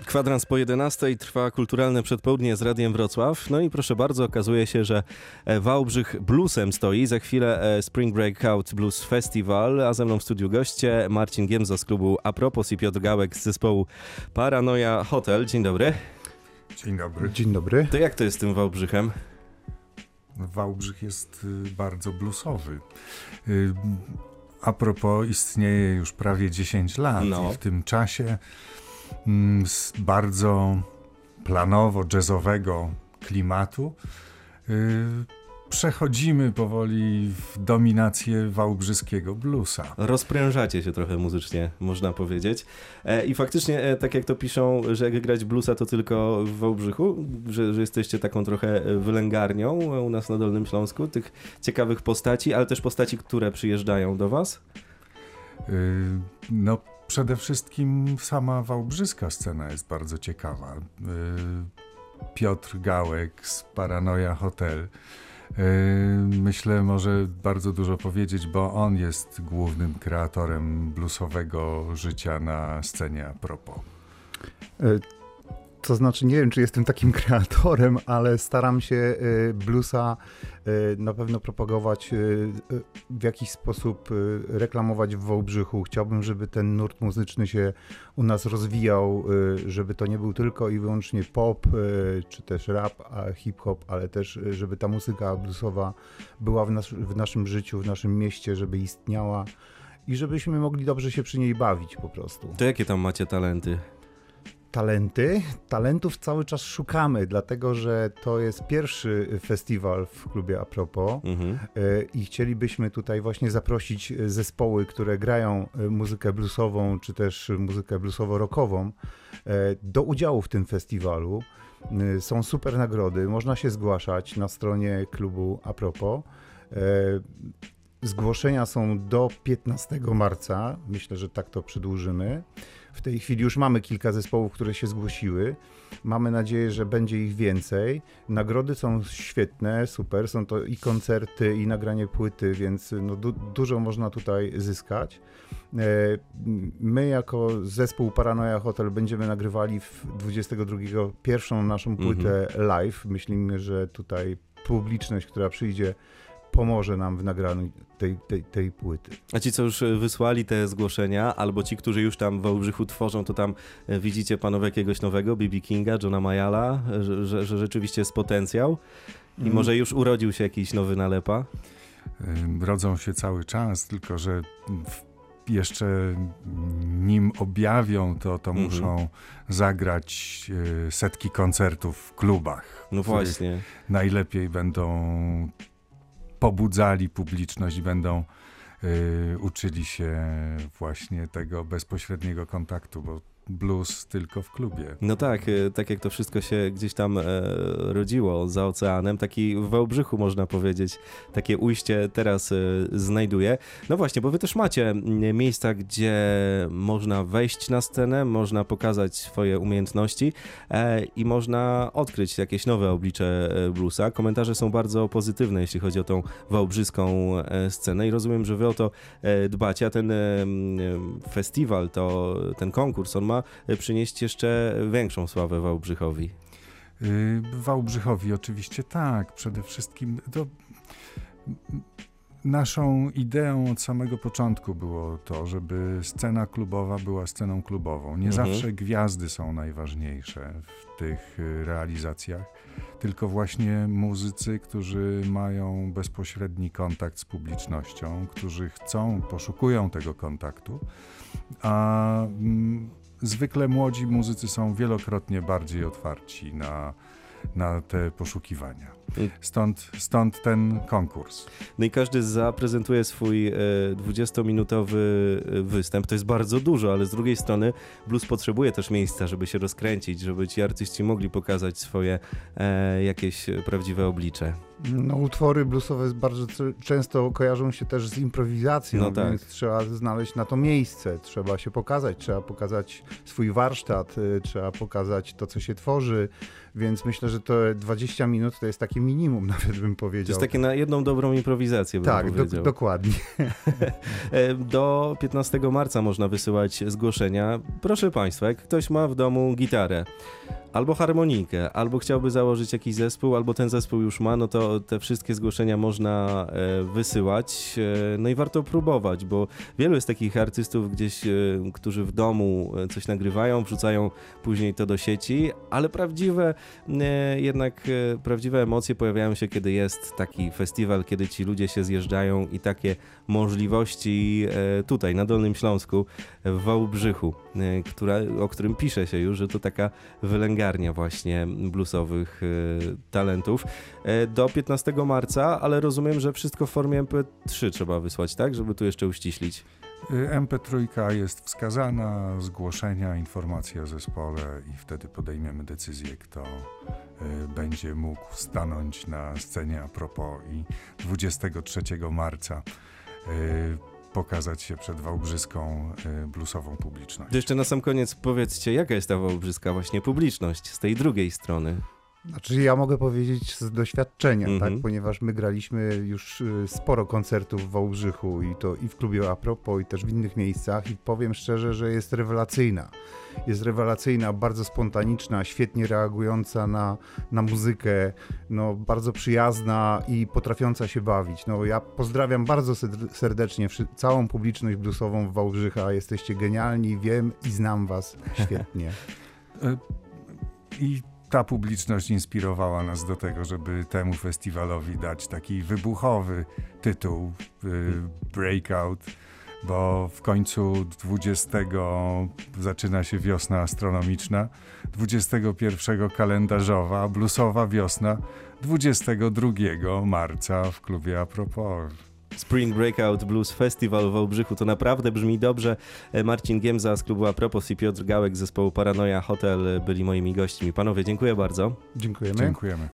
Kwadrans po 11 trwa kulturalne przedpołudnie z Radiem Wrocław. No i proszę bardzo, okazuje się, że Wałbrzych bluesem stoi. Za chwilę Spring Breakout Blues Festival, a ze mną w studiu goście Marcin Giemza z klubu Apropos i Piotr Gałek z zespołu Paranoia Hotel. Dzień dobry. Dzień dobry. Dzień dobry. To jak to jest z tym Wałbrzychem? Wałbrzych jest bardzo bluesowy. Apropos istnieje już prawie 10 lat i w tym czasie z bardzo planowo-jazzowego klimatu przechodzimy powoli w dominację wałbrzyskiego bluesa. Rozprężacie się trochę muzycznie, można powiedzieć. I faktycznie, tak jak to piszą, że jak grać bluesa to tylko w Wałbrzychu, że jesteście taką trochę wylęgarnią u nas na Dolnym Śląsku, tych ciekawych postaci, ale też postaci, które przyjeżdżają do was? No przede wszystkim sama wałbrzyska scena jest bardzo ciekawa. Piotr Gałek z Paranoia Hotel. Myślę, może bardzo dużo powiedzieć, bo on jest głównym kreatorem bluesowego życia na scenie Apropos. To znaczy, nie wiem, czy jestem takim kreatorem, ale staram się bluesa na pewno propagować, w jakiś sposób reklamować w Wałbrzychu. Chciałbym, żeby ten nurt muzyczny się u nas rozwijał, żeby to nie był tylko i wyłącznie pop, czy też rap, hip-hop, ale też, żeby ta muzyka bluesowa była w naszym życiu, w naszym mieście, żeby istniała i żebyśmy mogli dobrze się przy niej bawić po prostu. To jakie tam macie talenty? Talentów cały czas szukamy, dlatego że to jest pierwszy festiwal w klubie Apropos i chcielibyśmy tutaj właśnie zaprosić zespoły, które grają muzykę bluesową, czy też muzykę bluesowo-rockową do udziału w tym festiwalu. Są super nagrody, można się zgłaszać na stronie klubu Apropos. Zgłoszenia są do 15 marca, myślę, że tak to przedłużymy. W tej chwili już mamy kilka zespołów, które się zgłosiły. Mamy nadzieję, że będzie ich więcej. Nagrody są świetne, super. Są to i koncerty, i nagranie płyty, więc no dużo można tutaj zyskać. My jako zespół Paranoia Hotel będziemy nagrywali w 22 pierwszą naszą płytę live. Myślimy, że tutaj publiczność, która przyjdzie, pomoże nam w nagraniu tej płyty. A ci, co już wysłali te zgłoszenia, albo ci, którzy już tam w Wałbrzychu tworzą, to tam widzicie panowie jakiegoś nowego, B.B. Kinga, Johna Mayalla, że rzeczywiście jest potencjał i może już urodził się jakiś nowy nalepa? Rodzą się cały czas, tylko że jeszcze nim objawią to muszą zagrać setki koncertów w klubach. No właśnie. Najlepiej będą pobudzali publiczność i będą uczyli się właśnie tego bezpośredniego kontaktu, bo blues tylko w klubie. No tak, tak jak to wszystko się gdzieś tam rodziło za oceanem, taki w Wałbrzychu można powiedzieć, takie ujście teraz znajduje. No właśnie, bo wy też macie miejsca, gdzie można wejść na scenę, można pokazać swoje umiejętności i można odkryć jakieś nowe oblicze bluesa. Komentarze są bardzo pozytywne, jeśli chodzi o tą wałbrzyską scenę i rozumiem, że wy o to dbacie, a ten festiwal, ten konkurs, on ma przynieść jeszcze większą sławę Wałbrzychowi. Wałbrzychowi oczywiście tak. Przede wszystkim to naszą ideą od samego początku było to, żeby scena klubowa była sceną klubową. Nie zawsze gwiazdy są najważniejsze w tych realizacjach, tylko właśnie muzycy, którzy mają bezpośredni kontakt z publicznością, którzy poszukują tego kontaktu, a zwykle młodzi muzycy są wielokrotnie bardziej otwarci na te poszukiwania. Stąd ten konkurs. No i każdy zaprezentuje swój 20-minutowy występ. To jest bardzo dużo, ale z drugiej strony blues potrzebuje też miejsca, żeby się rozkręcić, żeby ci artyści mogli pokazać swoje jakieś prawdziwe oblicze. No, utwory bluesowe bardzo często kojarzą się też z improwizacją, no tak. Więc trzeba znaleźć na to miejsce, trzeba się pokazać, trzeba pokazać swój warsztat, trzeba pokazać to, co się tworzy, więc myślę, że to 20 minut to jest taki takie minimum, nawet bym To powiedział. jest takie na jedną dobrą improwizację, bym Tak, powiedział. dokładnie. Do 15 marca można wysyłać zgłoszenia. Proszę Państwa, jak ktoś ma w domu gitarę, albo harmonikę, albo chciałby założyć jakiś zespół, albo ten zespół już ma, no to te wszystkie zgłoszenia można wysyłać. No i warto próbować, bo wielu jest takich artystów gdzieś, którzy w domu coś nagrywają, wrzucają później to do sieci, ale prawdziwe emocje pojawiają się, kiedy jest taki festiwal, kiedy ci ludzie się zjeżdżają i takie możliwości tutaj, na Dolnym Śląsku, w Wałbrzychu, o którym pisze się już, że to taka wylęgarnia właśnie bluesowych talentów. Do 15 marca, ale rozumiem, że wszystko w formie MP3 trzeba wysłać, tak? Żeby tu jeszcze uściślić. MP3 jest wskazana, zgłoszenia, informacje o zespole i wtedy podejmiemy decyzję, kto będzie mógł stanąć na scenie a propos i 23 marca pokazać się przed wałbrzyską bluesową publicznością. To jeszcze na sam koniec powiedzcie, jaka jest ta wałbrzyska właśnie publiczność z tej drugiej strony? Znaczy ja mogę powiedzieć z doświadczenia, tak? Mhm. Ponieważ my graliśmy już sporo koncertów w Wałbrzychu i to i w klubie A propos i też w innych miejscach i powiem szczerze, że jest rewelacyjna. Jest rewelacyjna, bardzo spontaniczna, świetnie reagująca na muzykę, no, bardzo przyjazna i potrafiąca się bawić. No, ja pozdrawiam bardzo serdecznie całą publiczność bluesową w Wałbrzycha. Jesteście genialni, wiem i znam was świetnie. I ta publiczność inspirowała nas do tego, żeby temu festiwalowi dać taki wybuchowy tytuł Breakout, bo w końcu 20 zaczyna się wiosna astronomiczna, 21 kalendarzowa, bluesowa wiosna 22 marca w klubie A propos. Spring Breakout Blues Festival w Wałbrzychu, to naprawdę brzmi dobrze. Marcin Giemza z klubu Apropos i Piotr Gałek z zespołu Paranoia Hotel byli moimi gośćmi. Panowie, dziękuję bardzo. Dziękujemy. Dziękujemy.